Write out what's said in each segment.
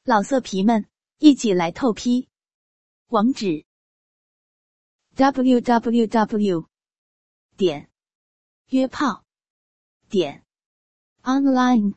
老色皮们，一起来透批！网址 www.约炮online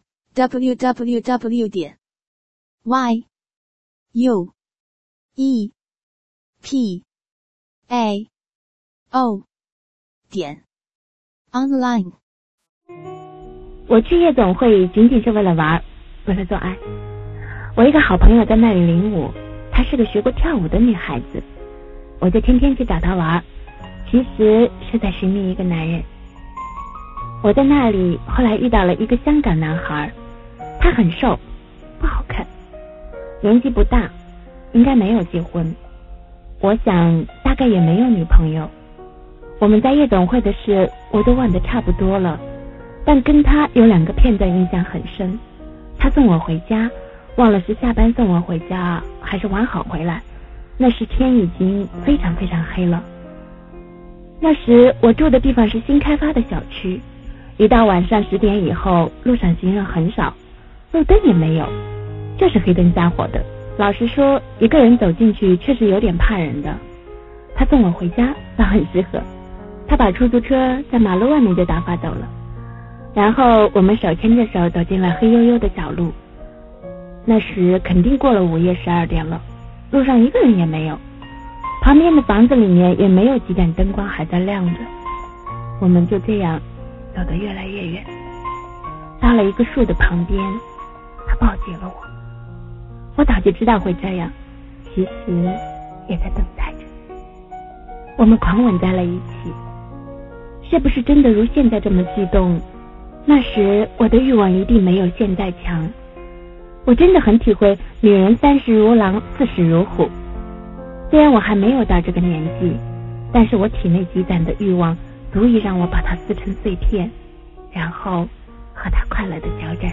www.yuepao.online。 我去夜总会仅仅是为了玩，为了做爱。我一个好朋友在那里领舞，她是个学过跳舞的女孩子，我就天天去找她玩，其实是在寻觅一个男人。我在那里后来遇到了一个香港男孩，他很瘦，不好看，年纪不大，应该没有结婚，我想大概也没有女朋友。我们在夜总会的事我都忘得差不多了，但跟他有2个片段印象很深。他送我回家，忘了是下班送我回家还是晚好回来，那时天已经非常非常黑了。那时我住的地方是新开发的小区，一到晚上10点以后，路上行人很少，路灯也没有，就是黑灯瞎火的。老实说，一个人走进去确实有点怕人的。他送我回家倒很适合，他把出租车在马路外面就打发走了，然后我们手牵着手走进了黑黝黝的小路。那时肯定过了午夜12点了，路上一个人也没有，旁边的房子里面也没有几盏灯光还在亮着。我们就这样走得越来越远，到了一个树的旁边，他抱紧了我。我早就知道会这样，其实也在等待着。我们狂吻在了一起，是不是真的如现在这么激动？那时我的欲望一定没有现在强。我真的很体会女人30如狼40如虎。虽然我还没有到这个年纪，但是我体内积攒的欲望足以让我把它撕成碎片，然后和它快乐的交战。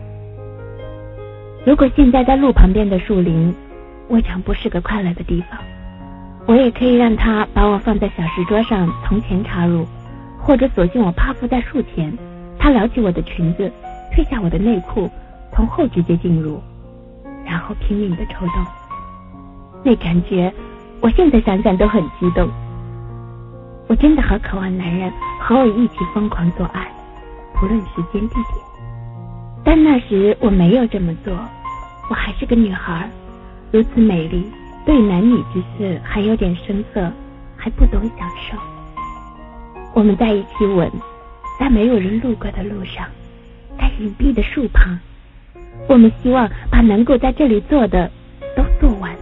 如果现在在路旁边的树林未尝不是个快乐的地方，我也可以让他把我放在小石桌上从前插入，或者索性我趴伏在树前，他撩起我的裙子，褪下我的内裤，从后直接进入，然后拼命的抽动。那感觉我现在想想都很激动。我真的好渴望男人和我一起疯狂做爱，不论时间地点。但那时我没有这么做，我还是个女孩，如此美丽，对男女之事还有点生涩，还不懂享受。我们在一起吻，在没有人路过的路上，在隐蔽的树旁，我们希望把能够在这里做的都做完。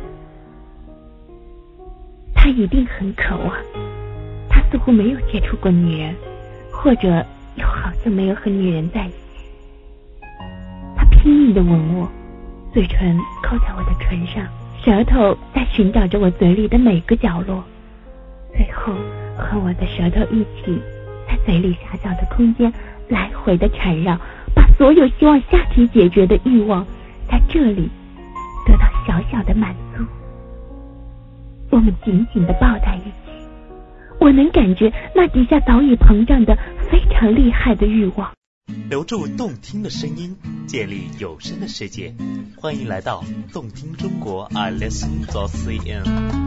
他一定很渴望，他似乎没有接触过女人，或者又好像没有和女人在一起。他拼命地吻我，嘴唇扣在我的唇上，舌头在寻找着我嘴里的每个角落，最后和我的舌头一起在嘴里狭小的空间来回的缠绕，把所有希望下体解决的欲望在这里得到小小的满足。我们紧紧地抱在一起，我能感觉那底下早已膨胀的非常厉害的欲望。 留住动听的声音，建立有声的世界，欢迎来到动听中国 iListen.cn。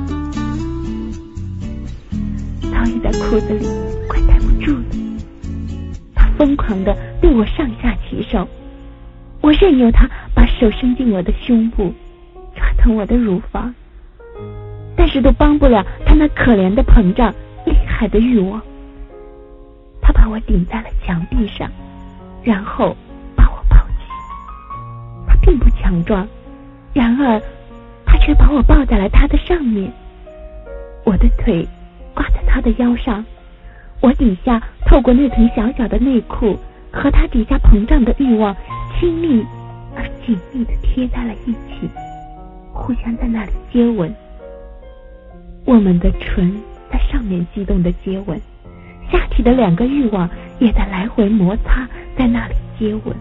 早已在裤子里快待不住了，他疯狂地对我上下其手，我任由他把手伸进我的胸部，抓疼我的乳房，但是都帮不了他那可怜的膨胀厉害的欲望。他把我顶在了墙壁上，然后把我抱起。他并不强壮，然而他却把我抱在了他的上面。我的腿挂在他的腰上，我底下透过那层小小的内裤和他底下膨胀的欲望亲密而紧密地贴在了一起，互相在那里接吻。我们的唇在上面激动的接吻，下体的2个欲望也在来回摩擦，在那里接吻。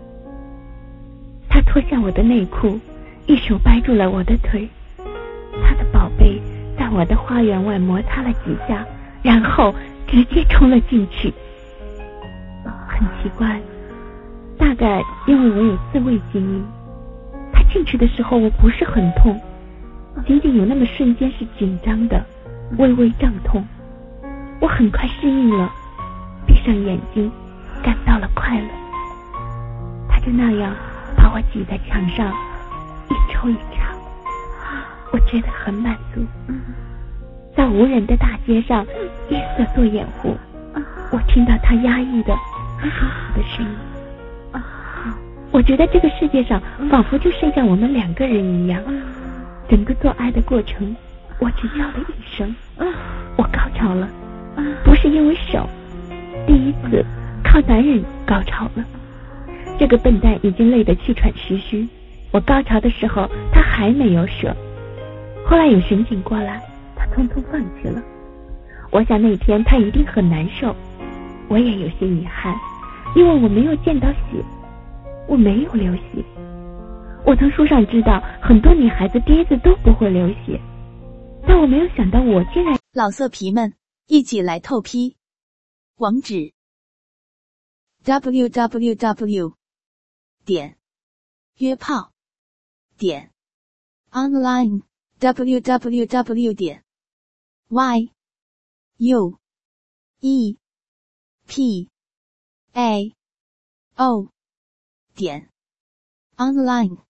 他脱下我的内裤，一手掰住了我的腿，他的宝贝在我的花园外摩擦了几下，然后直接冲了进去。很奇怪，大概因为我有自慰经历，他进去的时候我不是很痛，仅仅有那么瞬间是紧张的，微微胀痛。我很快适应了，闭上眼睛，感到了快乐。他就那样把我挤在墙上，一抽一插，我觉得很满足。在无人的大街上，夜色做掩护，我听到他压抑的舒服的声音。我觉得这个世界上仿佛就剩下我们2个人一样。整个做爱的过程，我只叫了一声，我高潮了。不是因为手，第一次靠男人高潮了。这个笨蛋已经累得气喘吁吁，我高潮的时候他还没有射。后来有刑警过来，他匆匆放弃了。我想那天他一定很难受，我也有些遗憾，因为我没有见到血，我没有流血。我从书上知道很多女孩子第一次都不会流血，但我没有想到我竟然。 老色皮们，一起来透批！网址 www.约炮.online www.yuepao.online